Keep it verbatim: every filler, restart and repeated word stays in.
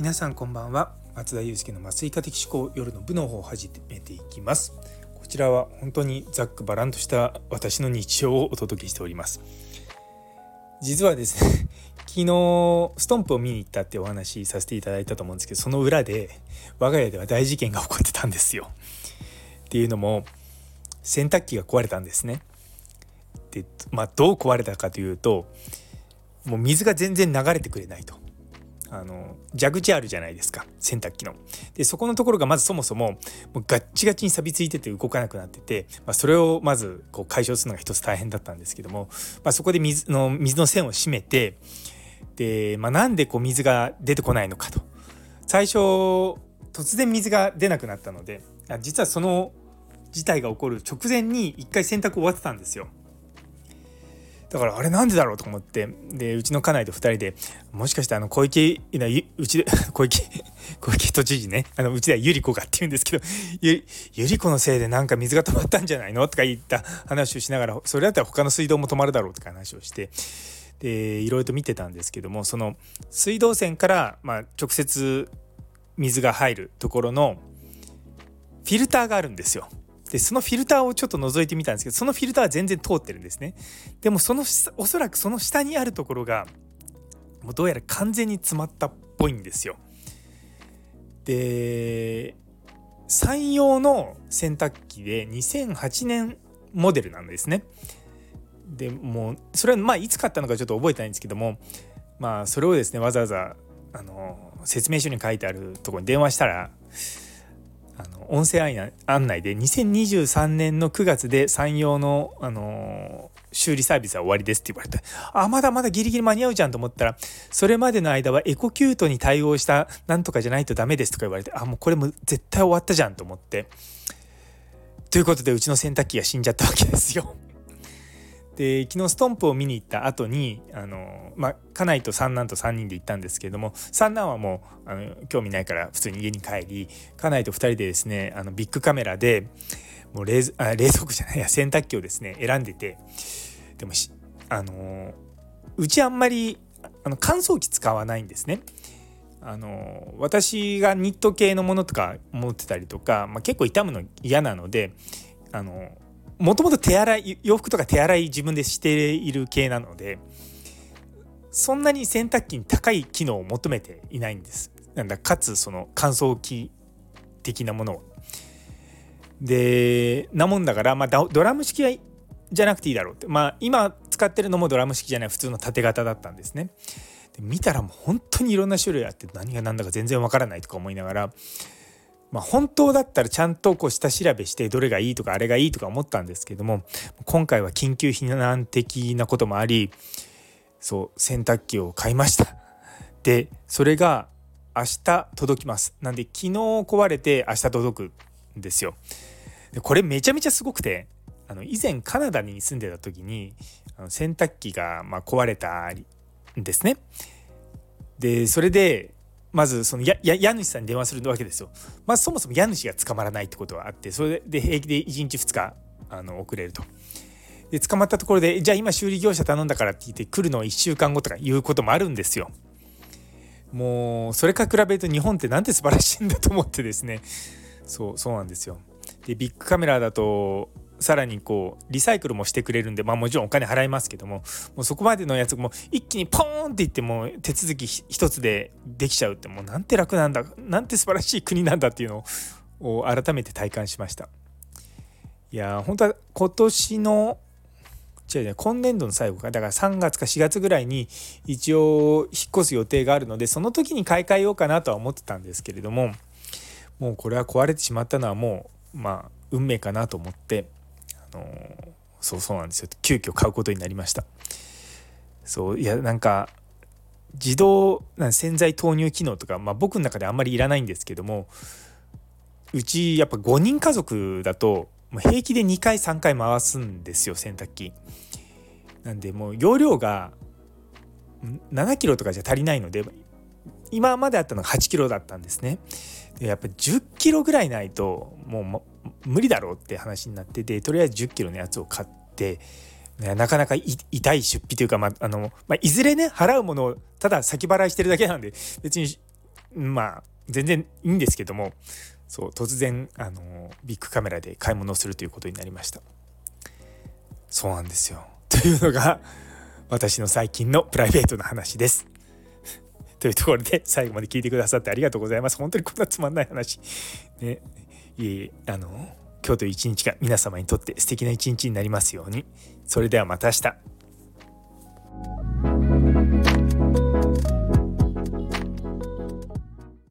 皆さんこんばんは。松田祐介の麻酔科的思考、夜の部の方を始めていきます。こちらは本当にざっくばらんとした私の日常をお届けしております。実はですね昨日ストンプを見に行ったってお話しさせていただいたと思うんですけど、その裏で我が家では大事件が起こってたんですよ。っていうのも洗濯機が壊れたんですね。で、まあ、どう壊れたかというと、もう水が全然流れてくれないと。あの蛇口あるじゃないですか、洗濯機の。でそこのところがまずそもそももうガッチガチに錆びついてて動かなくなってて、まあ、それをまずこう解消するのが一つ大変だったんですけども、まあ、そこで水の水の線を締めて、で、まあ、なんでこう水が出てこないのかと。最初突然水が出なくなったので、実はその事態が起こる直前に一回洗濯終わってたんですよ。だからあれなんでだろうと思って、でうちの家内とふたりで、もしかしてあの小池うちで小池小池都知事ね、あのうちではゆり子がって言うんですけど、ゆ, ゆり子のせいでなんか水が止まったんじゃないのとか言った話をしながら、それだったら他の水道も止まるだろうとか話をして、でいろいろと見てたんですけども、その水道線から、まあ、直接水が入るところのフィルターがあるんですよ。でそのフィルターをちょっと覗いてみたんですけど、そのフィルターは全然通ってるんですね。でもそのおそらくその下にあるところがもうどうやら完全に詰まったっぽいんですよ。で山陽の洗濯機でにせんはちねんモデルなんですね。でもうそれはまあいつ買ったのかちょっと覚えてないんですけども、まあそれをですねわざわざあの説明書に書いてあるところに電話したら、あの音声案内でにせんにじゅうさんねんのくがつで山陽の、あのー、修理サービスは終わりですって言われて、あまだまだギリギリ間に合うじゃんと思ったら、それまでの間はエコキュートに対応したなんとかじゃないとダメですとか言われて、あもうこれも絶対終わったじゃんと思って、ということでうちの洗濯機が死んじゃったわけですよ。で昨日ストンプを見に行った後にあの、まあ、家内と三男とさんにんで行ったんですけども、三男はもうあの興味ないから普通に家に帰り、家内とふたりでですねあのビッグカメラでもう 冷, あ冷蔵庫じゃないや洗濯機をですね選んでて、でもあのうちあんまりあの乾燥機使わないんですね。あの私がニット系のものとか持ってたりとか、まあ、結構傷むの嫌なので、あのもともと手洗い洋服とか手洗い自分でしている系なので、そんなに洗濯機に高い機能を求めていないんです。なんだかつその乾燥機的なものをでなもんだから、まあ、ドラム式はじゃなくていいだろうって、まあ、今使ってるのもドラム式じゃない普通の縦型だったんですね。で見たらもう本当にいろんな種類あって、何が何だか全然わからないとか思いながら、まあ、本当だったらちゃんとこう下調べしてどれがいいとかあれがいいとか思ったんですけども、今回は緊急避難的なこともあり、そう洗濯機を買いました。でそれが明日届きます。なんで昨日壊れて明日届くんですよ。でこれめちゃめちゃすごくて、あの以前カナダに住んでた時にあの洗濯機がまあ壊れたんですね。でそれでまずそのやや家主さんに電話するわけですよ。まあそもそも家主が捕まらないってことはあって、それで平気でいちにちふつかあの遅れると。で捕まったところで、じゃあ今修理業者頼んだからって言って来るのいっしゅうかんごとかいうこともあるんですよ。もうそれから比べると日本ってなんて素晴らしいんだと思ってですね。そうそうなんですよ。でビッグカメラだとさらにこうリサイクルもしてくれるんで、まあもちろんお金払いますけども、もうそこまでのやつも一気にポーンっていっても手続き一つでできちゃうって、もうなんて楽なんだ、なんて素晴らしい国なんだっていうのを改めて体感しました。いや本当は今年の違う違う今年度の最後か、だからさんがつかしがつぐらいに一応引っ越す予定があるので、その時に買い替えようかなとは思ってたんですけれども、もうこれは壊れてしまったのはもうまあ運命かなと思って、あのー、そうそうなんですよ、急遽買うことになりました。そういやなんか自動洗剤投入機能とか、まあ、僕の中であんまりいらないんですけども、うちやっぱごにん家族だと平気でにかいさんかい回すんですよ洗濯機。なんでもう容量がななキロとかじゃ足りないので、今まであったのがはちキロだったんですね。でやっぱりじゅっキロぐらいないともう無理だろうって話になって、でとりあえずじゅっキロのやつを買って、なかなか痛い出費というか、まああのまあ、いずれね払うものをただ先払いしてるだけなんで別にまあ全然いいんですけども、そう突然あのビッグカメラで買い物をするということになりました。そうなんですよ。というのが私の最近のプライベートな話です。というところで最後まで聞いてくださってありがとうございます。本当にこんなつまんない話、ね、いえいえ、あの今日という一日が皆様にとって素敵な一日になりますように。それではまた明日。